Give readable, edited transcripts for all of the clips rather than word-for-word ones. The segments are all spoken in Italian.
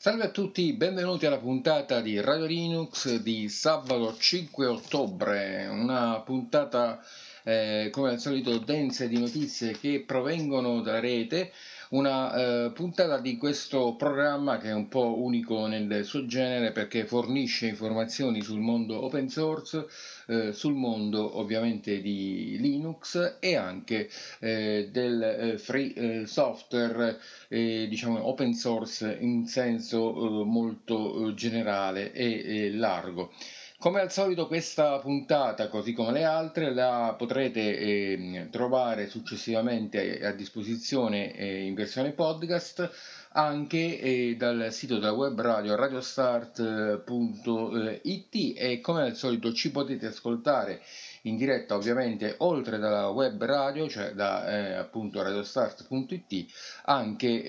Salve a tutti, benvenuti alla puntata di Radio Linux di sabato 5 ottobre, una puntata come al solito densa di notizie che provengono dalla rete, una puntata di questo programma che è un po' unico nel suo genere perché fornisce informazioni sul mondo open source, sul mondo ovviamente di Linux e anche del free software, diciamo open source in senso molto generale e largo. Come al solito questa puntata, così come le altre, la potrete trovare successivamente a disposizione in versione podcast anche dal sito della web radio radiostart.it e come al solito ci potete ascoltare in diretta ovviamente oltre dalla web radio, cioè da appunto radiostart.it, anche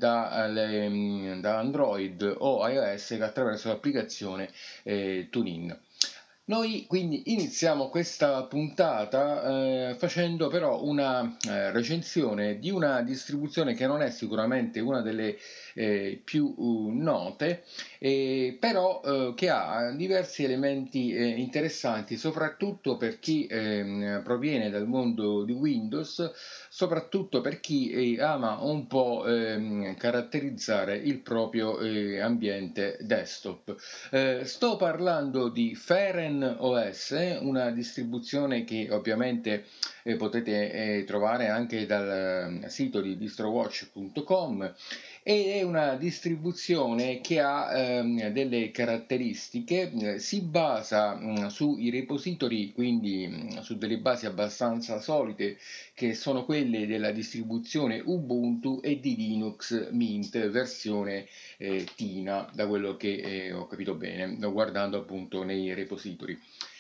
da Android o iOS attraverso l'applicazione TuneIn. Noi quindi iniziamo questa puntata facendo però una recensione di una distribuzione che non è sicuramente una delle più note, però che ha diversi elementi interessanti, soprattutto per chi proviene dal mondo di Windows, soprattutto per chi ama un po' caratterizzare il proprio ambiente desktop. Sto parlando di Feren OS, una distribuzione che ovviamente potete trovare anche dal sito di distrowatch.com ed è una distribuzione che ha delle caratteristiche, si basa sui repository, quindi su delle basi abbastanza solide che sono quelle della distribuzione Ubuntu e di Linux Mint versione Tina, da quello che ho capito bene, guardando appunto nei repository.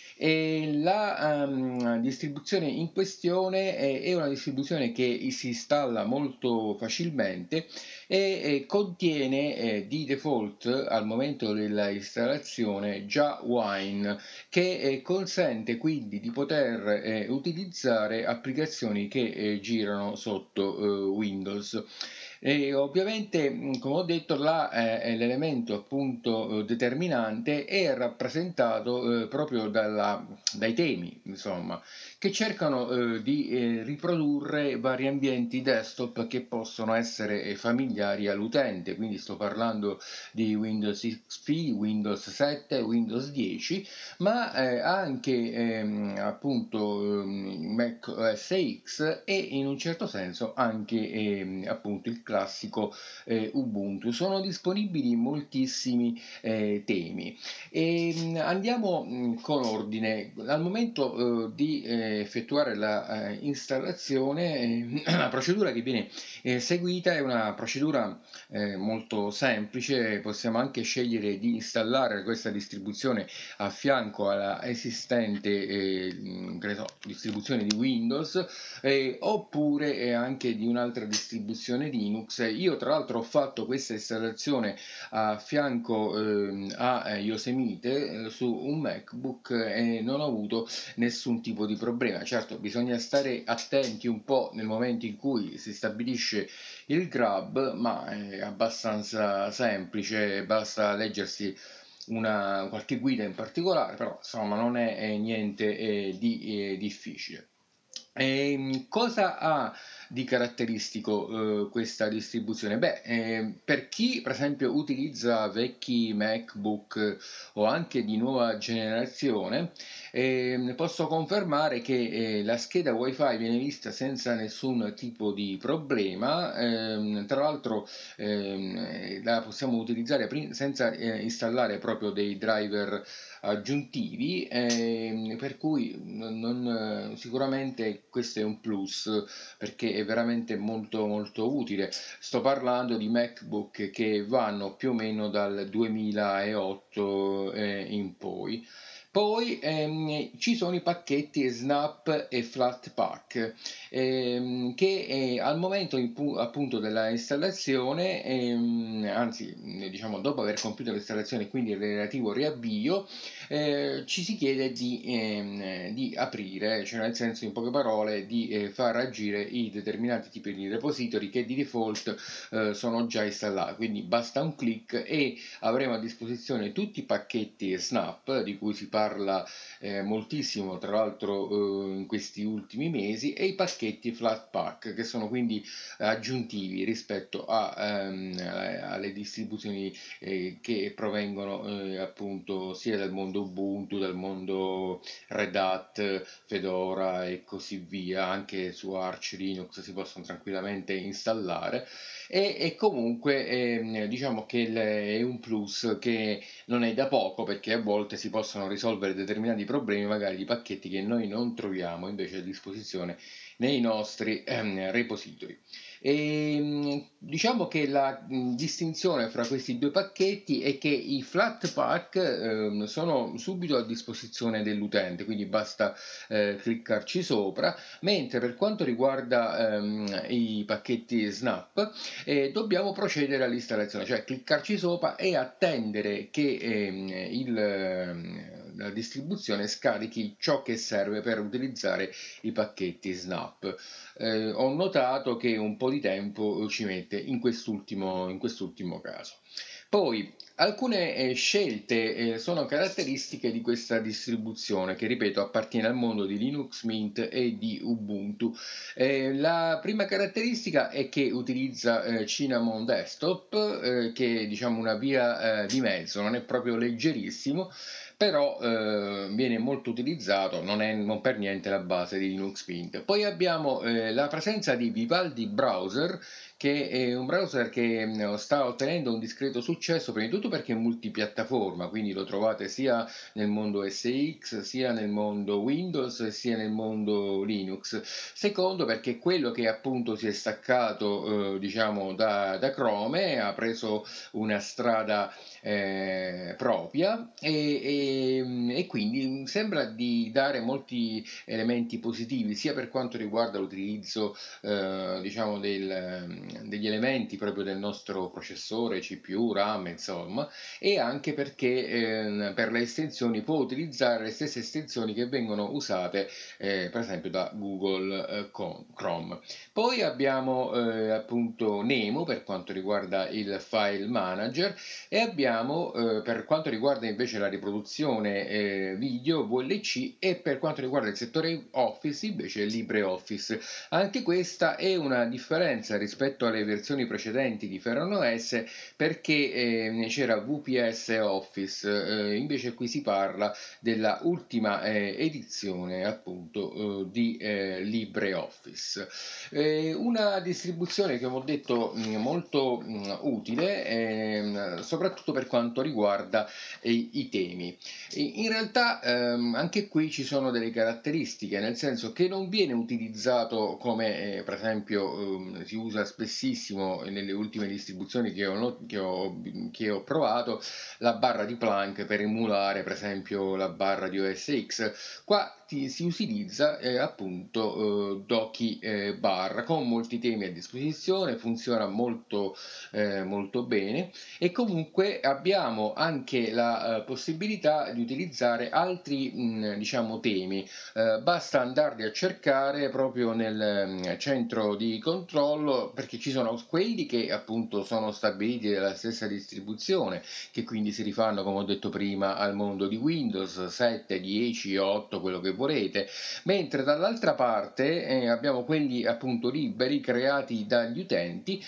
E la distribuzione in questione è una distribuzione che si installa molto facilmente e contiene di default al momento della installazione già Wine, che consente quindi di poter utilizzare applicazioni che girano sotto Windows. E ovviamente, come ho detto, là è l'elemento appunto determinante è rappresentato proprio dai temi, insomma, che cercano di riprodurre vari ambienti desktop che possono essere familiari all'utente, quindi sto parlando di Windows XP, Windows 7, Windows 10, ma anche appunto Mac OS X e in un certo senso anche appunto il classico Ubuntu. Sono disponibili moltissimi temi. Andiamo con ordine. Al momento di effettuare la installazione, la procedura che viene seguita è una procedura molto semplice. Possiamo anche scegliere di installare questa distribuzione a fianco alla esistente distribuzione di Windows oppure anche di un'altra distribuzione Linux. Io tra l'altro ho fatto questa installazione a fianco a Yosemite su un MacBook e non ho avuto nessun tipo di problema. Certo, bisogna stare attenti un po' nel momento in cui si stabilisce il grab, ma è abbastanza semplice, basta leggersi qualche guida in particolare, però insomma non è niente di difficile. Cosa ha di caratteristico questa distribuzione? Beh, per chi per esempio utilizza vecchi MacBook o anche di nuova generazione, posso confermare che la scheda Wi-Fi viene vista senza nessun tipo di problema. Tra l'altro la possiamo utilizzare senza installare proprio dei driver aggiuntivi, per cui sicuramente questo è un plus perché è veramente molto molto utile. Sto parlando di MacBook che vanno più o meno dal 2008 in poi. Poi ci sono i pacchetti Snap e Flatpak, che al momento appunto della installazione, anzi diciamo dopo aver compiuto l'installazione e quindi il relativo riavvio, ci si chiede di aprire, cioè nel senso, in poche parole, di far agire i determinati tipi di repository che di default sono già installati. Quindi basta un clic e avremo a disposizione tutti i pacchetti Snap, di cui si parla moltissimo tra l'altro in questi ultimi mesi, e i pacchetti Flatpak, che sono quindi aggiuntivi rispetto alle distribuzioni che provengono appunto sia dal mondo Ubuntu, dal mondo Red Hat, Fedora e così via. Anche su Arch Linux si possono tranquillamente installare, e comunque diciamo che è un plus che non è da poco, perché a volte si possono risolvere determinati problemi magari di pacchetti che noi non troviamo invece a disposizione nei nostri repository. Diciamo che la distinzione fra questi due pacchetti è che i Flatpak sono subito a disposizione dell'utente, quindi basta cliccarci sopra, mentre per quanto riguarda i pacchetti Snap dobbiamo procedere all'installazione, cioè cliccarci sopra e attendere che la distribuzione scarichi ciò che serve per utilizzare i pacchetti Snap. Ho notato che un po' di tempo ci mette in quest'ultimo caso. Poi alcune scelte sono caratteristiche di questa distribuzione, che ripeto appartiene al mondo di Linux Mint e di Ubuntu. La prima caratteristica è che utilizza Cinnamon Desktop, che è diciamo una via di mezzo, non è proprio leggerissimo, però viene molto utilizzato, non per niente la base di Linux Mint. Poi abbiamo la presenza di Vivaldi Browser, che è un browser che sta ottenendo un discreto successo, prima di tutto perché è multipiattaforma, quindi lo trovate sia nel mondo SX, sia nel mondo Windows, sia nel mondo Linux. Secondo, perché quello che appunto si è staccato diciamo da Chrome, ha preso una strada propria, e quindi sembra di dare molti elementi positivi sia per quanto riguarda l'utilizzo diciamo degli elementi proprio del nostro processore, CPU, RAM, insomma, e anche perché per le estensioni può utilizzare le stesse estensioni che vengono usate per esempio da Google Chrome. Poi abbiamo appunto Nemo per quanto riguarda il file manager, e abbiamo per quanto riguarda invece la riproduzione video VLC, e per quanto riguarda il settore Office invece LibreOffice. Anche questa è una differenza rispetto alle versioni precedenti di Ferron OS, perché c'era VPS Office, invece qui si parla della ultima edizione appunto di LibreOffice. Una distribuzione che ho detto molto utile, soprattutto per quanto riguarda i temi. In realtà anche qui ci sono delle caratteristiche, nel senso che non viene utilizzato come per esempio si usa spessissimo nelle ultime distribuzioni che ho provato, la barra di Planck per emulare per esempio la barra di OS X. Qua si utilizza appunto Doki Bar con molti temi a disposizione, funziona molto bene, e comunque abbiamo anche la possibilità di utilizzare altri diciamo temi. Basta andarli a cercare proprio nel centro di controllo, perché ci sono quelli che appunto sono stabiliti dalla stessa distribuzione, che quindi si rifanno, come ho detto prima, al mondo di Windows 7, 10, 8, quello che volete, mentre dall'altra parte abbiamo quelli appunto liberi creati dagli utenti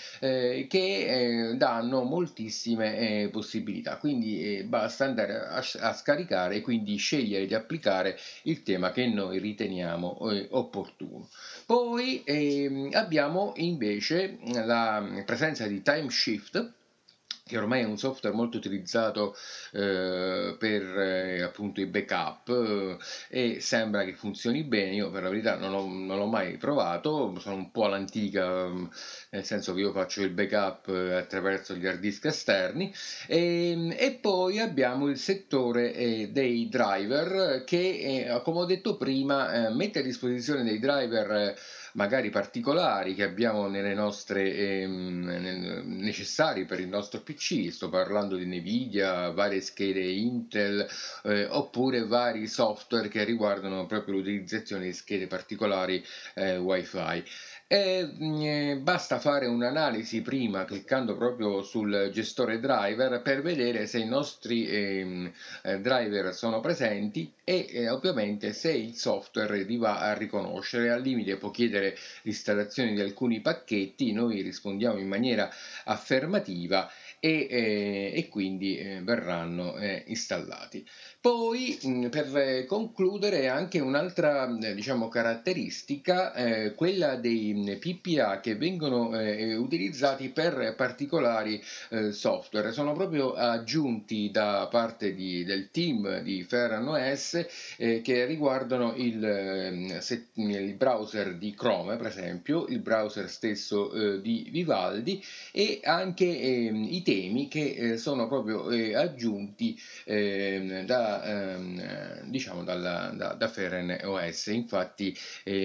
che danno moltissime possibilità, quindi basta andare a scaricare e quindi scegliere di applicare il tema che noi riteniamo opportuno. Poi abbiamo invece la presenza di Timeshift, che ormai è un software molto utilizzato per appunto i backup e sembra che funzioni bene. Io per la verità non l'ho mai provato, sono un po' all'antica, nel senso che io faccio il backup attraverso gli hard disk esterni. E poi abbiamo il settore dei driver che, come ho detto prima, mette a disposizione dei driver magari particolari che abbiamo nelle nostre necessari per il nostro PC. Sto parlando di Nvidia, varie schede Intel, oppure vari software che riguardano proprio l'utilizzazione di schede particolari Wi-Fi. Basta fare un'analisi prima cliccando proprio sul gestore driver per vedere se i nostri driver sono presenti e ovviamente se il software li va a riconoscere. Al limite può chiedere l'installazione di alcuni pacchetti, noi rispondiamo in maniera affermativa e quindi verranno installati. Poi, per concludere, anche un'altra, diciamo, caratteristica, quella dei PPA che vengono utilizzati per particolari software. Sono proprio aggiunti da parte del team di Ferran OS che riguardano il browser di Chrome, per esempio, il browser stesso di Vivaldi e anche i temi che sono proprio aggiunti diciamo da Ferran OS. Infatti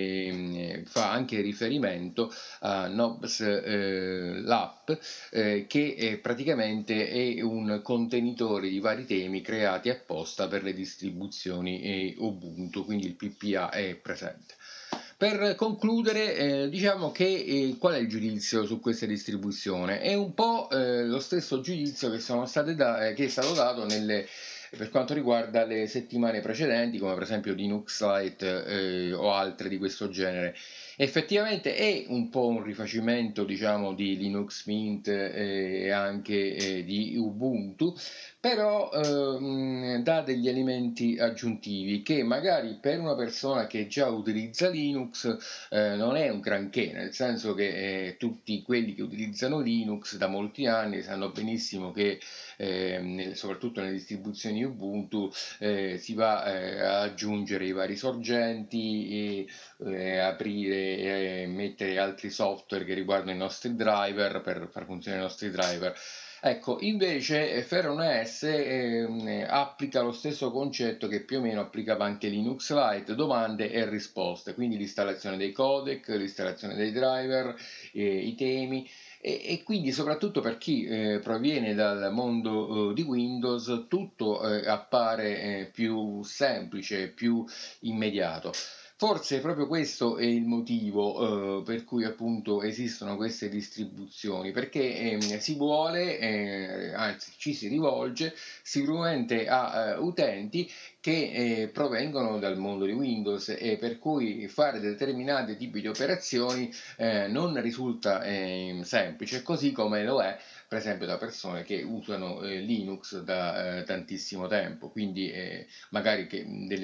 fa anche riferimento a Nobs l'app che praticamente è un contenitore di vari temi creati apposta per le distribuzioni Ubuntu, quindi il PPA è presente. Per concludere, diciamo che qual è il giudizio su questa distribuzione? È un po' lo stesso giudizio che che è stato dato per quanto riguarda le settimane precedenti, come per esempio Linux Lite o altre di questo genere. Effettivamente è un po' un rifacimento, diciamo, di Linux Mint e anche di Ubuntu, però dà degli elementi aggiuntivi che magari per una persona che già utilizza Linux non è un granché, nel senso che tutti quelli che utilizzano Linux da molti anni sanno benissimo che soprattutto nelle distribuzioni Ubuntu si va a aggiungere i vari sorgenti aprire e mettere altri software che riguardano i nostri driver per far funzionare i nostri driver. Ecco, invece Ferran OS applica lo stesso concetto che più o meno applicava anche Linux Lite, domande e risposte, quindi l'installazione dei codec, l'installazione dei driver, i temi e quindi soprattutto per chi proviene dal mondo di Windows tutto appare più semplice, più immediato. Forse proprio questo è il motivo per cui appunto esistono queste distribuzioni, perché si vuole, anzi ci si rivolge sicuramente a utenti che provengono dal mondo di Windows e per cui fare determinati tipi di operazioni non risulta semplice, così come lo è per esempio da persone che usano Linux da tantissimo tempo, quindi magari che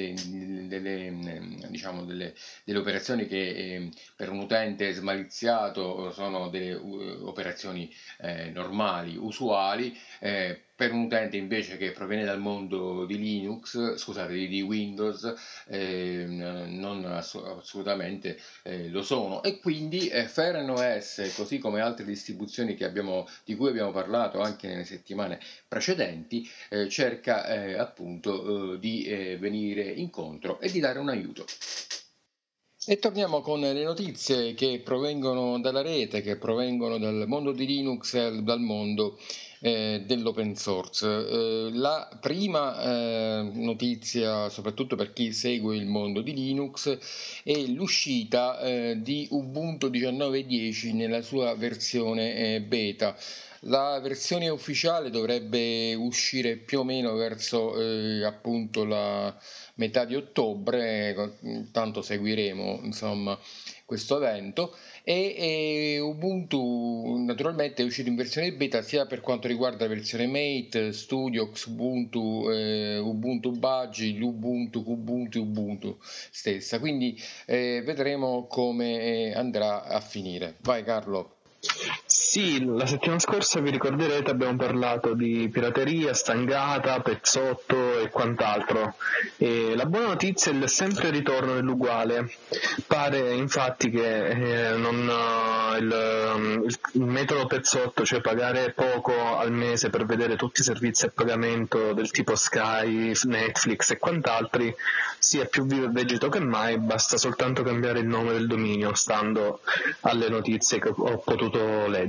diciamo delle operazioni che per un utente smaliziato sono delle operazioni normali, usuali, per un utente invece che proviene dal mondo di Linux, scusate, di Windows, non assolutamente lo sono. E quindi Ferran OS, così come altre distribuzioni di cui abbiamo parlato anche nelle settimane precedenti, cerca appunto di venire incontro e di dare un aiuto. E torniamo con le notizie che provengono dalla rete, che provengono dal mondo di Linux e dal mondo dell'open source. La prima notizia, soprattutto per chi segue il mondo di Linux, è l'uscita di Ubuntu 19.10 nella sua versione beta. La versione ufficiale dovrebbe uscire più o meno verso appunto la metà di ottobre, tanto seguiremo insomma questo evento e Ubuntu naturalmente è uscito in versione beta sia per quanto riguarda la versione Mate, Studio, Xubuntu, Ubuntu Budgie, Ubuntu, Kubuntu e Ubuntu stessa, quindi vedremo come andrà a finire. Vai Carlo. Sì, la settimana scorsa vi ricorderete abbiamo parlato di pirateria, stangata, pezzotto e quant'altro. E la buona notizia è sempre il ritorno dell'uguale. Pare infatti che il metodo pezzotto, cioè pagare poco al mese per vedere tutti i servizi a pagamento del tipo Sky, Netflix e quant'altri, sia più vivo e vegeto che mai, basta soltanto cambiare il nome del dominio, stando alle notizie che ho potuto leggere.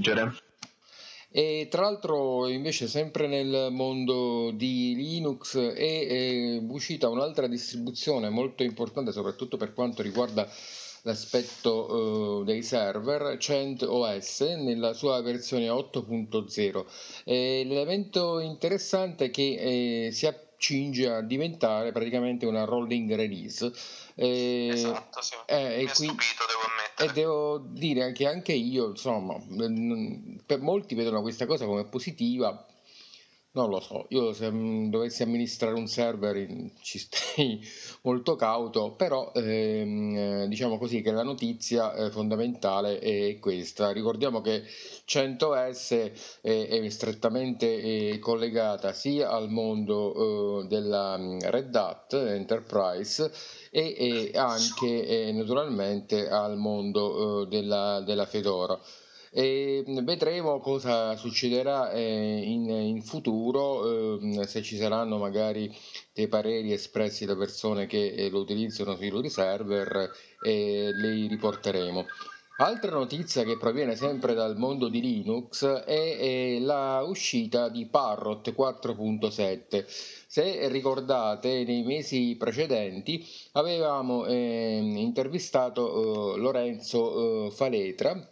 E tra l'altro invece sempre nel mondo di Linux è uscita un'altra distribuzione molto importante soprattutto per quanto riguarda l'aspetto dei server, CentOS nella sua versione 8.0. L'elemento interessante è che si accinge a diventare praticamente una rolling release. Esatto, sì. Mi ha stupito, devo ammettere. E devo dire che anche io, insomma, per molti vedono questa cosa come positiva. Non lo so, io se dovessi amministrare un server ci starei molto cauto, però diciamo così che la notizia fondamentale è questa. Ricordiamo che CentOS è strettamente collegata sia al mondo della Red Hat Enterprise e anche naturalmente al mondo della Fedora. E vedremo cosa succederà in futuro, se ci saranno magari dei pareri espressi da persone che lo utilizzano sui loro server e li riporteremo. Altra notizia che proviene sempre dal mondo di Linux è la uscita di Parrot 4.7. Se ricordate, nei mesi precedenti avevamo intervistato Lorenzo Faletra,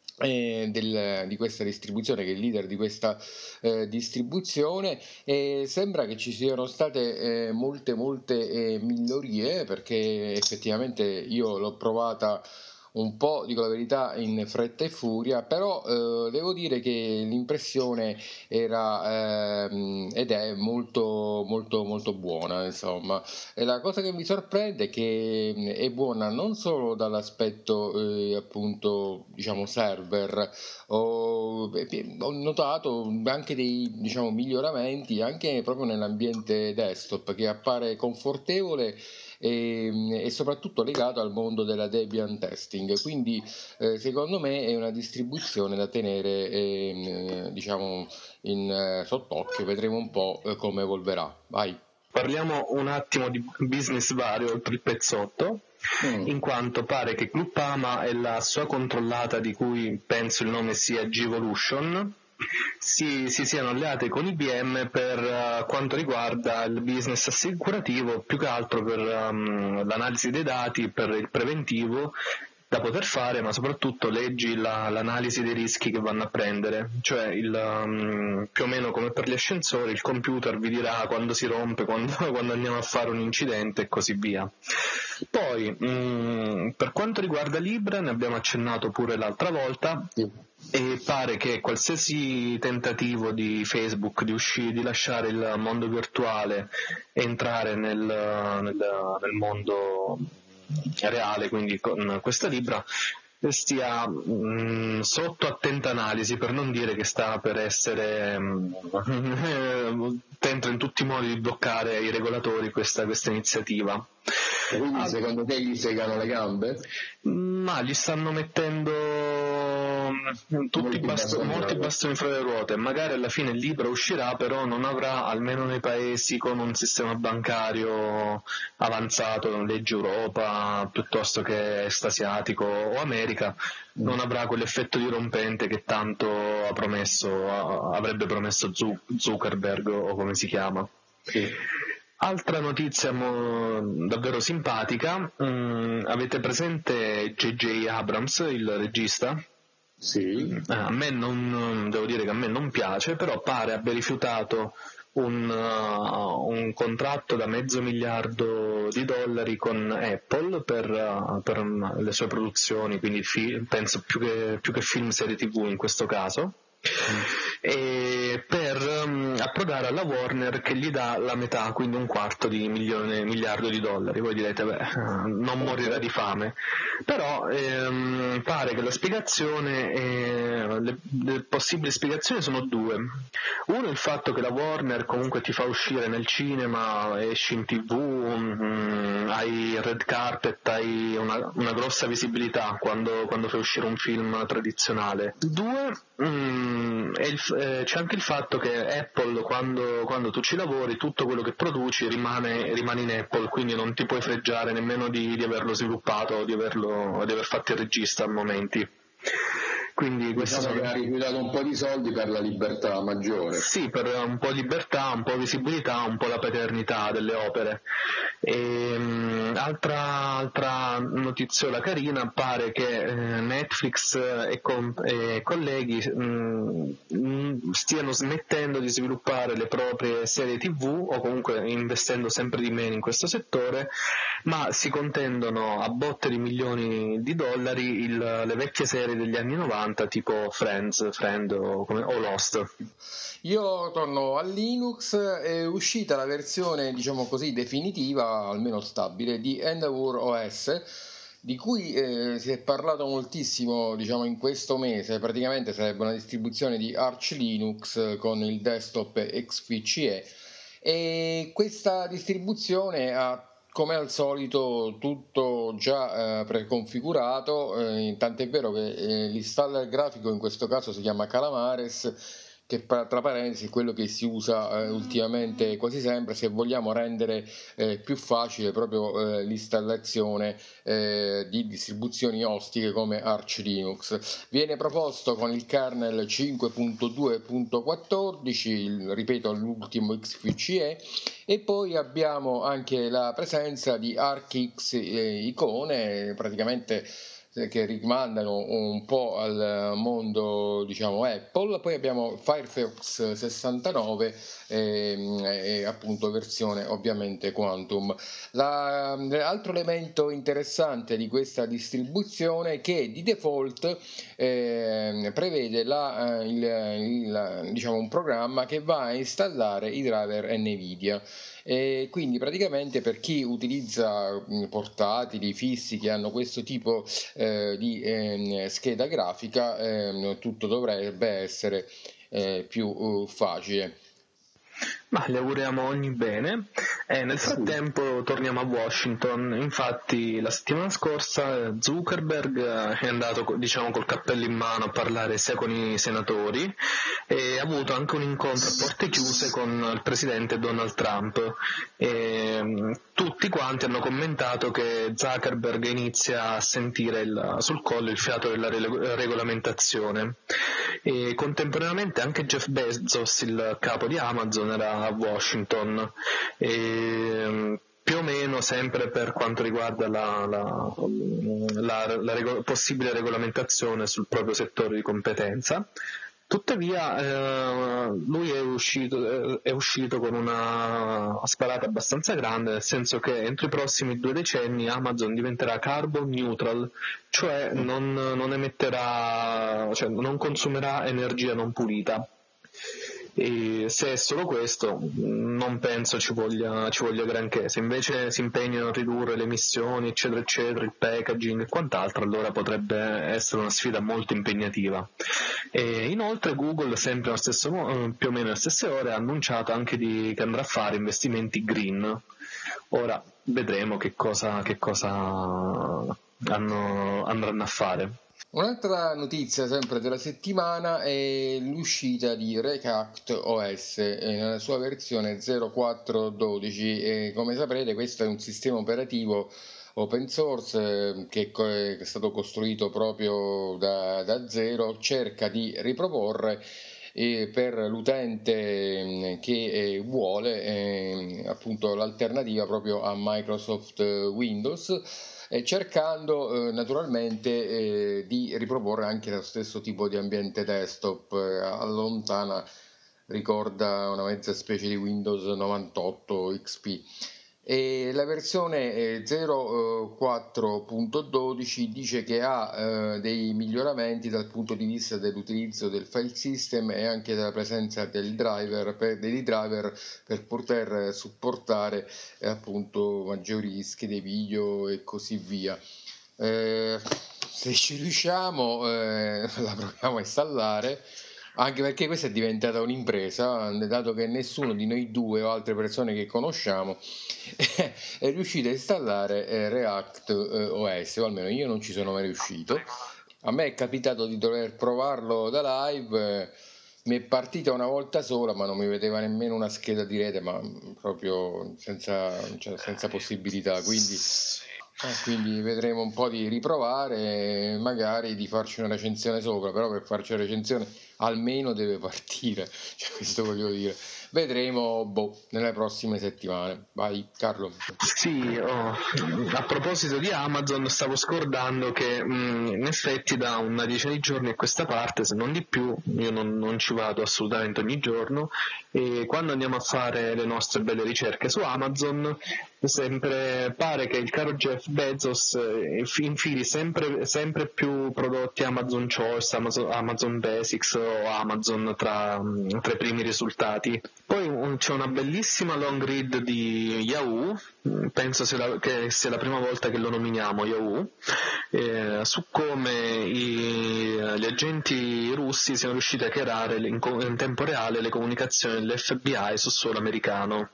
di questa distribuzione, che è il leader di questa distribuzione, e sembra che ci siano state molte migliorie, perché effettivamente io l'ho provata un po', dico la verità, in fretta e furia, però devo dire che l'impressione era ed è molto buona, insomma. E la cosa che mi sorprende è che è buona non solo dall'aspetto appunto diciamo server, ho notato anche dei diciamo miglioramenti anche proprio nell'ambiente desktop, che appare confortevole e soprattutto legato al mondo della Debian testing, quindi secondo me è una distribuzione da tenere diciamo sott'occhio. Vedremo un po' come evolverà. Vai. Parliamo un attimo di business vario oltre il pezzotto, in quanto pare che Groupama e la sua controllata, di cui penso il nome sia Gvolution, si siano alleate con IBM per quanto riguarda il business assicurativo, più che altro per l'analisi dei dati, per il preventivo da poter fare, ma soprattutto leggi l'analisi dei rischi che vanno a prendere, cioè più o meno come per gli ascensori, il computer vi dirà quando si rompe, quando andiamo a fare un incidente e così via. Poi, per quanto riguarda Libra, ne abbiamo accennato pure l'altra volta, e pare che qualsiasi tentativo di Facebook di lasciare il mondo virtuale e entrare nel mondo reale, quindi con questa Libra, stia sotto attenta analisi, per non dire che sta per essere tenta in tutti i modi di bloccare ai regolatori questa iniziativa. Quindi secondo te gli segano le gambe? Ma gli stanno mettendo molti bastoni fra le ruote. Magari alla fine il libro uscirà, però non avrà, almeno nei paesi con un sistema bancario avanzato, legge Europa piuttosto che est asiatico o America, non avrà quell'effetto dirompente che tanto avrebbe promesso Zuckerberg, o come si chiama. Sì. Altra notizia davvero simpatica, avete presente J.J. Abrams, il regista? Sì. A me devo dire che a me non piace, però pare abbia rifiutato un contratto da $500 miliardi con Apple per le sue produzioni, quindi penso più che film, serie TV in questo caso. e per approdare alla Warner, che gli dà la metà, quindi un quarto di miliardo di dollari. Voi direte, non morirà di fame, però pare che la spiegazione, le possibili spiegazioni sono due. Uno è il fatto che la Warner comunque ti fa uscire nel cinema, esci in TV, hai red carpet, hai una grossa visibilità quando fai uscire un film tradizionale. Due, c'è anche il fatto che Apple, quando tu ci lavori, tutto quello che produci rimane in Apple, quindi non ti puoi fregiare nemmeno di averlo sviluppato o di aver fatto il regista a momenti. Quindi diciamo che ha rifiutato un po' di soldi per la libertà maggiore. Sì, per un po' libertà, un po' visibilità, un po' la paternità delle opere. Altra notiziola carina, pare che Netflix e colleghi stiano smettendo di sviluppare le proprie serie TV, o comunque investendo sempre di meno in questo settore, ma si contendono a botte di milioni di dollari le vecchie serie degli anni 90, tipo Friend o Lost. Io torno a Linux, è uscita la versione, diciamo così, definitiva, almeno stabile, di Endeavour OS, di cui si è parlato moltissimo, diciamo, in questo mese. Praticamente sarebbe una distribuzione di Arch Linux con il desktop XFCE, e questa distribuzione ha, come al solito, tutto già preconfigurato, tant'è vero che l'installer grafico in questo caso si chiama Calamares, che tra parentesi è quello che si usa ultimamente quasi sempre se vogliamo rendere più facile proprio l'installazione di distribuzioni ostiche come Arch Linux. Viene proposto con il kernel 5.2.14, ripeto, l'ultimo XFCE, e poi abbiamo anche la presenza di ArcX icone, praticamente che rimandano un po' al mondo, diciamo, Apple. Poi abbiamo Firefox 69 e appunto versione ovviamente Quantum. L'altro elemento interessante di questa distribuzione è che di default prevede diciamo un programma che va a installare i driver NVIDIA. E quindi praticamente per chi utilizza portatili fissi che hanno questo tipo di scheda grafica, tutto dovrebbe essere più facile. Ma le auguriamo ogni bene. Nel frattempo torniamo a Washington. Infatti la settimana scorsa Zuckerberg è andato, diciamo, col cappello in mano a parlare sia con i senatori, e ha avuto anche un incontro a porte chiuse con il presidente Donald Trump. Tutti quanti hanno commentato che Zuckerberg inizia a sentire sul collo il fiato della regolamentazione, e contemporaneamente anche Jeff Bezos, il capo di Amazon, era a Washington, più o meno sempre per quanto riguarda la possibile regolamentazione sul proprio settore di competenza. Tuttavia lui è uscito con una sparata abbastanza grande, nel senso che entro i prossimi 2 decenni Amazon diventerà carbon neutral, cioè non emetterà, cioè non consumerà energia non pulita. E se è solo questo, non penso ci voglia granché. Se invece si impegnano a ridurre le emissioni, eccetera eccetera, il packaging e quant'altro, allora potrebbe essere una sfida molto impegnativa. E inoltre Google, sempre più o meno alle stesse ore, ha annunciato anche che andrà a fare investimenti green. Ora vedremo che cosa andranno a fare. Un'altra notizia sempre della settimana è l'uscita di React OS nella sua versione 04.12. Come saprete, questo è un sistema operativo open source che è stato costruito proprio da zero, cerca di riproporre per l'utente che vuole appunto l'alternativa proprio a Microsoft Windows, cercando naturalmente di riproporre anche lo stesso tipo di ambiente desktop. Allontana ricorda una mezza specie di Windows 98 XP. E la versione 04.12 dice che ha dei miglioramenti dal punto di vista dell'utilizzo del file system e anche della presenza dei driver per poter supportare appunto maggiori schede video e così via. Se ci riusciamo la proviamo a installare, anche perché questa è diventata un'impresa, dato che nessuno di noi due o altre persone che conosciamo è riuscito a installare React OS, o almeno io non ci sono mai riuscito. A me è capitato di dover provarlo da live, mi è partita una volta sola, ma non mi vedeva nemmeno una scheda di rete, ma proprio senza possibilità, quindi vedremo un po' di riprovare, magari di farci una recensione sopra, però per farci una recensione almeno deve partire, cioè, questo voglio dire. Vedremo nelle prossime settimane. Vai Carlo. Sì, a proposito di Amazon, stavo scordando che in effetti da una decina di giorni a questa parte, se non di più, io non ci vado assolutamente ogni giorno, e quando andiamo a fare le nostre belle ricerche su Amazon sempre pare che il caro Jeff Bezos infili sempre più prodotti Amazon Choice, Amazon Basics o Amazon tra i primi risultati. Poi c'è una bellissima long read di Yahoo, penso che sia la prima volta che lo nominiamo Yahoo, su come gli agenti russi siano riusciti a hackerare in tempo reale le comunicazioni dell'FBI su suolo americano.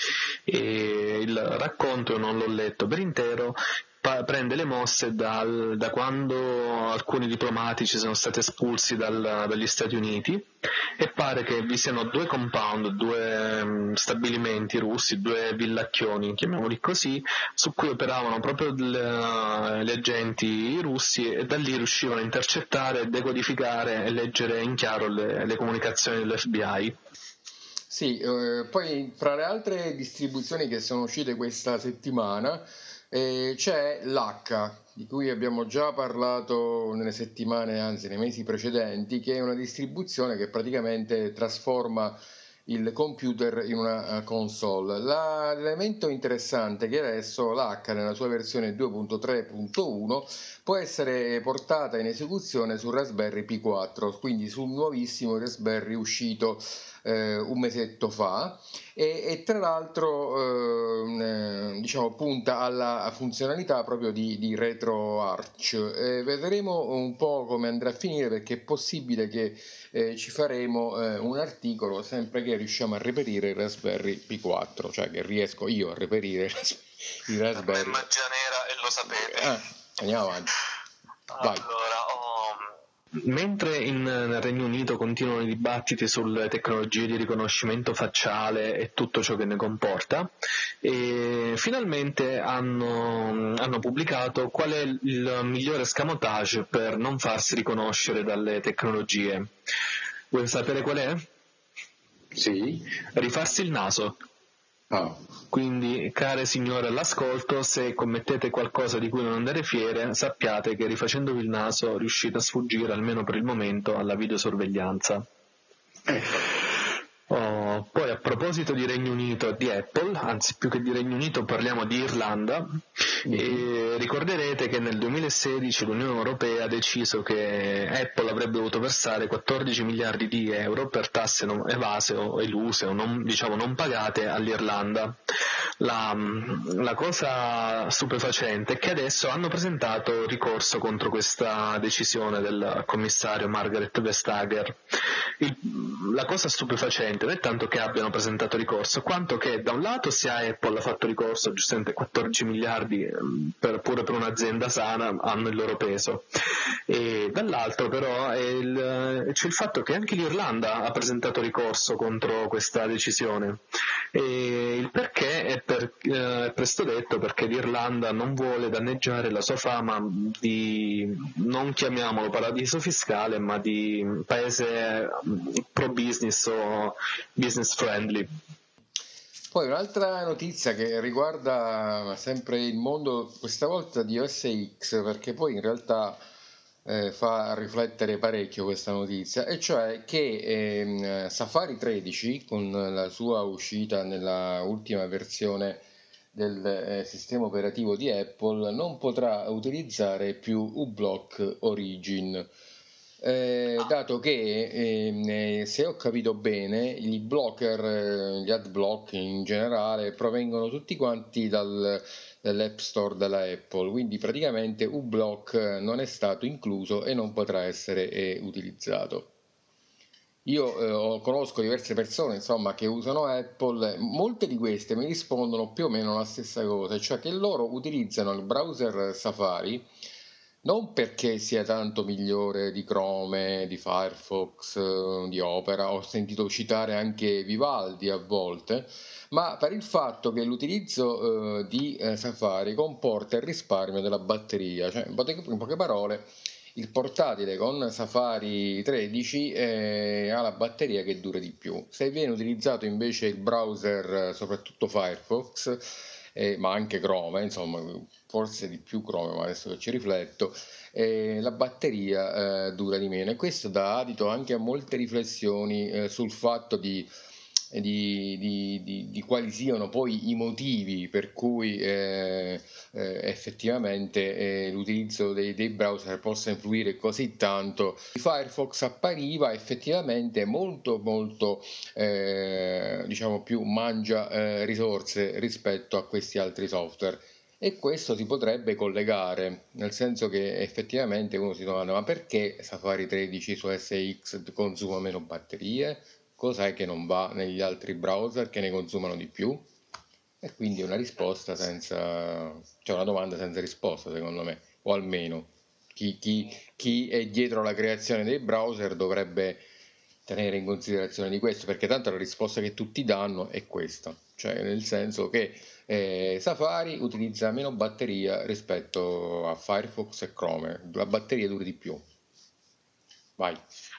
E il racconto, non l'ho letto per intero, prende le mosse da quando alcuni diplomatici sono stati espulsi dagli Stati Uniti, e pare che vi siano due compound, due stabilimenti russi, due villacchioni, chiamiamoli così, su cui operavano proprio gli agenti russi, e da lì riuscivano a intercettare, decodificare e leggere in chiaro le comunicazioni dell'FBI. Sì, poi fra le altre distribuzioni che sono uscite questa settimana c'è l'H, di cui abbiamo già parlato nelle settimane, anzi nei mesi precedenti, che è una distribuzione che praticamente trasforma il computer in una console. L'elemento interessante è che adesso l'H nella sua versione 2.3.1 può essere portata in esecuzione sul Raspberry Pi 4, quindi sul nuovissimo Raspberry uscito un mesetto fa, e tra l'altro diciamo punta alla funzionalità proprio di RetroArch. Vedremo un po' come andrà a finire, perché è possibile che ci faremo un articolo sempre che riusciamo a reperire il Raspberry Pi 4, cioè che riesco io a reperire il Raspberry. Per me è magia nera e lo sapete. Andiamo avanti. Vai. Mentre nel Regno Unito continuano i dibattiti sulle tecnologie di riconoscimento facciale e tutto ciò che ne comporta, finalmente hanno pubblicato qual è il migliore escamotage per non farsi riconoscere dalle tecnologie. Vuoi sapere qual è? Sì. Rifarsi il naso. Quindi, care signore all'ascolto, se commettete qualcosa di cui non andare fiere, sappiate che rifacendovi il naso riuscite a sfuggire, almeno per il momento, alla videosorveglianza. Poi, a proposito di Regno Unito e di Apple, anzi più che di Regno Unito parliamo di Irlanda, e ricorderete che nel 2016 l'Unione Europea ha deciso che Apple avrebbe dovuto versare 14 miliardi di euro per tasse evase o eluse o non pagate all'Irlanda. La cosa stupefacente è che adesso hanno presentato ricorso contro questa decisione del commissario Margaret Vestager. La cosa stupefacente non è tanto che abbiano presentato ricorso, quanto che da un lato sia Apple ha fatto ricorso, giustamente 14 miliardi pure per un'azienda sana hanno il loro peso, e dall'altro però c'è il fatto che anche l'Irlanda ha presentato ricorso contro questa decisione, e il perché è presto detto, perché l'Irlanda non vuole danneggiare la sua fama di, non chiamiamolo paradiso fiscale, ma di paese pro business o business friendly. Poi un'altra notizia che riguarda sempre il mondo, questa volta di OS X, perché poi in realtà fa riflettere parecchio questa notizia, e cioè che Safari 13, con la sua uscita nella ultima versione del sistema operativo di Apple non potrà utilizzare più uBlock Origin, dato che se ho capito bene i blocker, gli ad block in generale provengono tutti quanti dall'App Store della Apple, quindi praticamente uBlock non è stato incluso e non potrà essere utilizzato. Io conosco diverse persone, insomma, che usano Apple, molte di queste mi rispondono più o meno la stessa cosa, cioè che loro utilizzano il browser Safari non perché sia tanto migliore di Chrome, di Firefox, di Opera, ho sentito citare anche Vivaldi a volte, ma per il fatto che l'utilizzo di Safari comporta il risparmio della batteria, cioè in poche parole il portatile con Safari 13 ha la batteria che dura di più. Se viene utilizzato invece il browser, soprattutto Firefox, ma anche Chrome, insomma, forse di più Chrome, ma adesso che ci rifletto, la batteria dura di meno. E questo dà adito anche a molte riflessioni sul fatto di quali siano poi i motivi per cui effettivamente l'utilizzo dei browser possa influire così tanto. Firefox appariva effettivamente molto diciamo più mangia risorse rispetto a questi altri software. E questo si potrebbe collegare, nel senso che effettivamente uno si domanda: ma perché Safari 13 su SX consuma meno batterie? Cos'è che non va negli altri browser che ne consumano di più? E quindi una risposta senza, cioè una domanda senza risposta, secondo me, o almeno chi è dietro la creazione dei browser dovrebbe tenere in considerazione di questo, perché tanto la risposta che tutti danno è questa, cioè nel senso che Safari utilizza meno batteria rispetto a Firefox e Chrome, la batteria dura di più. Vai.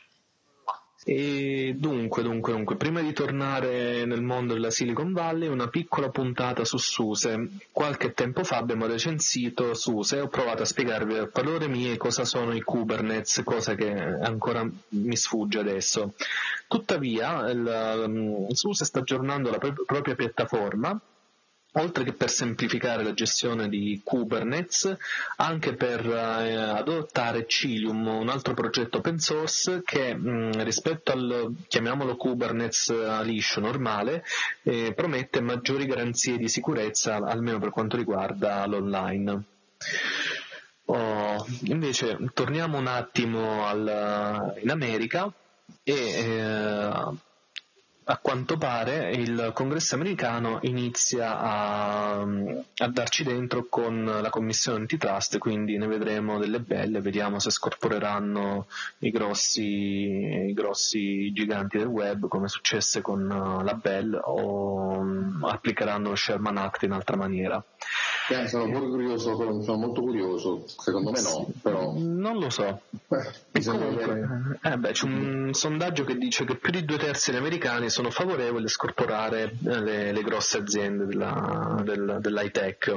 E dunque, prima di tornare nel mondo della Silicon Valley, una piccola puntata su SUSE. Qualche tempo fa abbiamo recensito SUSE e ho provato a spiegarvi a parole mie cosa sono i Kubernetes, cosa che ancora mi sfugge adesso. Tuttavia, SUSE sta aggiornando la propria piattaforma, oltre che per semplificare la gestione di Kubernetes, anche per adottare Cilium, un altro progetto open source che rispetto al, chiamiamolo Kubernetes liscio normale, promette maggiori garanzie di sicurezza, almeno per quanto riguarda l'online. Invece torniamo un attimo in America e a quanto pare il Congresso americano inizia a darci dentro con la commissione antitrust, quindi ne vedremo delle belle, vediamo se scorporeranno i grossi giganti del web come successe con la Bell, o applicheranno lo Sherman Act in altra maniera. Sono molto curioso, secondo me no, però non lo so. Comunque, c'è un sondaggio che dice che più di 2/3 degli americani sono favorevoli a scorporare le grosse aziende dell'high tech.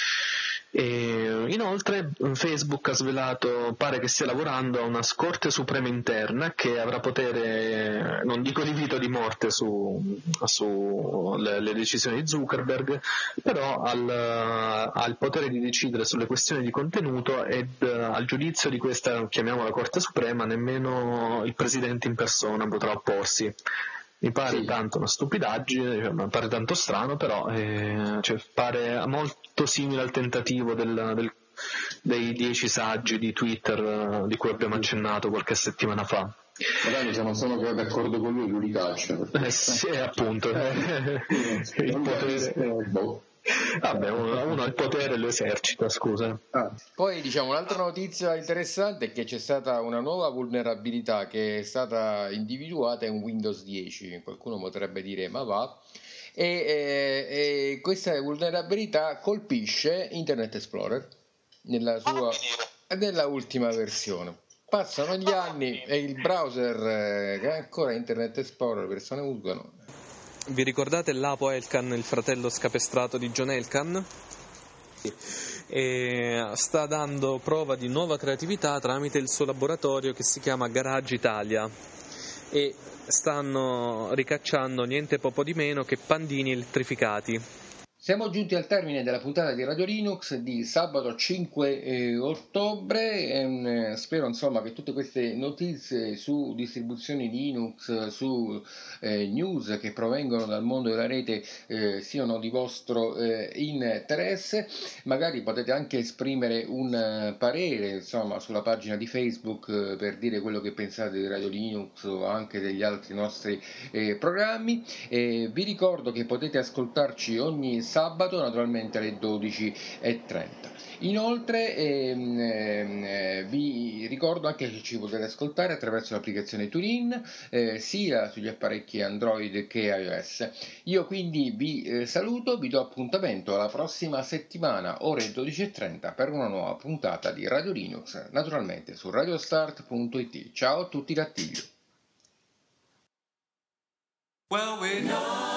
E inoltre Facebook ha svelato, pare che stia lavorando a una Corte Suprema interna che avrà potere, non dico di vita o di morte su le decisioni di Zuckerberg, però ha il potere di decidere sulle questioni di contenuto, ed al giudizio di questa, chiamiamola Corte Suprema, nemmeno il presidente in persona potrà opporsi. Mi pare tanto una stupidaggine, mi pare tanto strano, però pare molto simile al tentativo dei 10 saggi di Twitter di cui abbiamo accennato qualche settimana fa. Magari se non sono d'accordo con lui li caccia. Sì, appunto. Il potere. Vabbè, uno ha il potere e lo esercita, scusa. Poi diciamo un'altra notizia interessante è che c'è stata una nuova vulnerabilità che è stata individuata in Windows 10. Qualcuno potrebbe dire ma va, e questa vulnerabilità colpisce Internet Explorer nella ultima versione. Passano gli anni e il browser che è ancora Internet Explorer, le persone usano. Vi ricordate Lapo Elkan, il fratello scapestrato di John Elkan? E sta dando prova di nuova creatività tramite il suo laboratorio che si chiama Garage Italia, e stanno ricacciando niente poco di meno che pandini elettrificati. Siamo giunti al termine della puntata di Radio Linux di sabato 5 ottobre. Spero insomma che tutte queste notizie su distribuzioni Linux, su news che provengono dal mondo della rete siano di vostro interesse. Magari potete anche esprimere un parere insomma sulla pagina di Facebook per dire quello che pensate di Radio Linux o anche degli altri nostri programmi. Vi ricordo che potete ascoltarci ogni sabato naturalmente alle 12:30. Inoltre vi ricordo anche che ci potete ascoltare attraverso l'applicazione TuneIn sia sugli apparecchi Android che iOS. Io quindi vi saluto, vi do appuntamento alla prossima settimana ore 12:30 per una nuova puntata di Radio Linux, naturalmente su radiostart.it. Ciao a tutti da Attilio. Well, we know